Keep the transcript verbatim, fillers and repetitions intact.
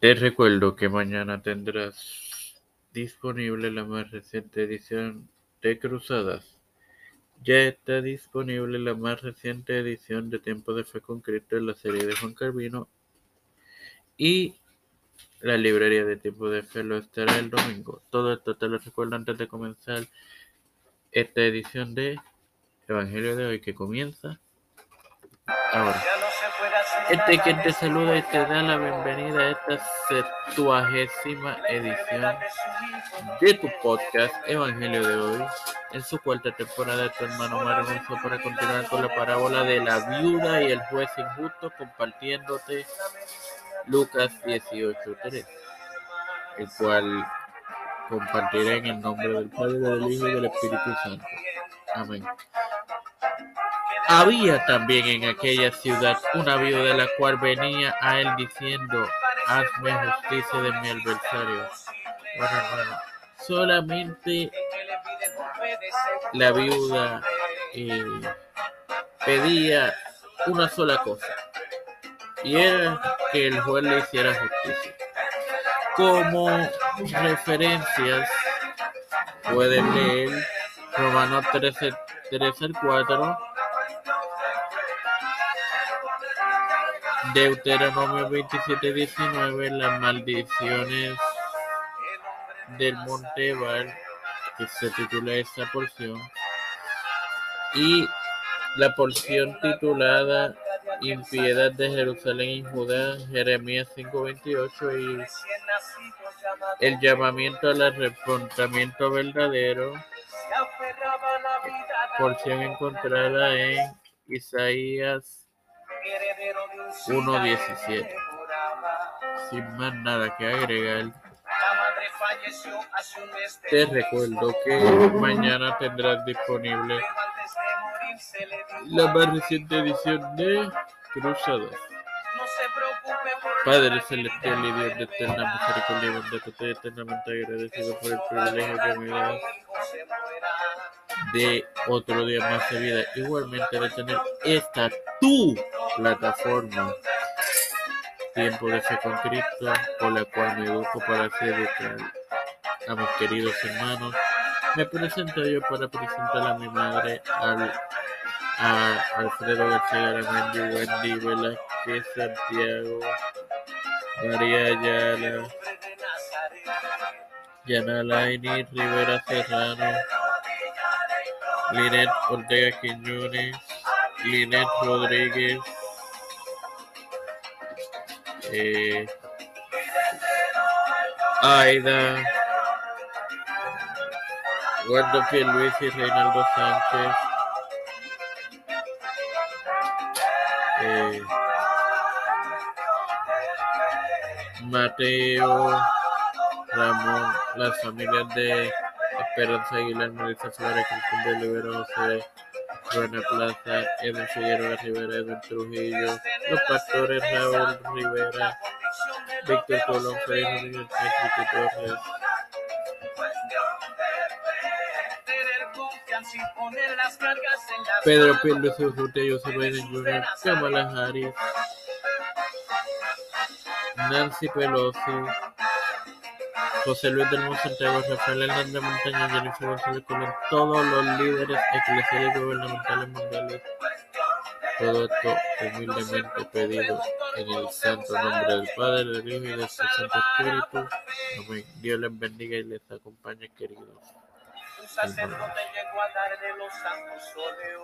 Te recuerdo que mañana tendrás disponible la más reciente edición de Cruzadas. Ya está disponible la más reciente edición de Tiempo de Fe con Cristo en la serie de Juan Calvino, y la librería de Tiempo de Fe lo estará el domingo. Todo esto te lo recuerdo antes de comenzar esta edición de Evangelio de hoy, que comienza ahora. Este quien te saluda y te da la bienvenida a esta septuagésima edición de tu podcast Evangelio de hoy, en su cuarta temporada. Tu hermano Mario Alonso, para continuar con la parábola de la viuda y el juez injusto, compartiéndote Lucas dieciocho tres, el cual compartiré en el nombre del Padre, del Hijo y del Espíritu Santo. Amén. Había también en aquella ciudad una viuda, la cual venía a él diciendo: hazme justicia de mi adversario. Bueno, hermano, solamente la viuda eh, pedía una sola cosa, y era que el juez le hiciera justicia. Como referencias pueden leer Romanos trece, trece al cuatro, Deuteronomio veintisiete diecinueve, las maldiciones del monte Ebal, que se titula esa porción, y la porción titulada Impiedad de Jerusalén y Judá, Jeremías cinco veintiocho, y el llamamiento al arrepentimiento verdadero, porción encontrada en Isaías uno diecisiete. Sin más nada que agregar, te recuerdo que mañana tendrás disponible la más reciente edición de Cruzadas. Padre celestial y Dios de eterna misericordia y bondad, estoy eternamente agradecido por el privilegio que me das de otro día más de vida, igualmente de tener esta tu plataforma, Tiempo de Fe con Cristo, por la cual me educo para así educar a mis queridos hermanos. Me presento yo para presentar a mi madre, al, a Alfredo García Garamendi, Wendy Velázquez, Santiago, María Ayala, Yanalaini Rivera Serrano, Linet Ortega Quiñones, Linet Rodríguez, eh, Aida, Wando Luis y Reinaldo Sánchez, eh, Mateo, Ramón, las familias de Esperanza Aguilar, Melissa Flores, Cristina de Olivero, José Buena Plaza, Edwin Figueroa Rivera, Edwin Trujillo, los pastores Raúl Rivera, Víctor Colón, Félix Rodríguez, Enrique Torres, Pedro Pierluisi Urrutia, José Biden junior, Kamala Harris, Nancy Pelosi, José Luis del Monte Santiago, Rafael Hernández Montaña, Jennifer González Colón, todos los líderes eclesiásticos y gubernamentales mundiales. Todo esto humildemente pedido en el santo nombre del Padre, del Hijo y del Santo Espíritu. Amén. Dios les bendiga y les acompañe, queridos hermanos.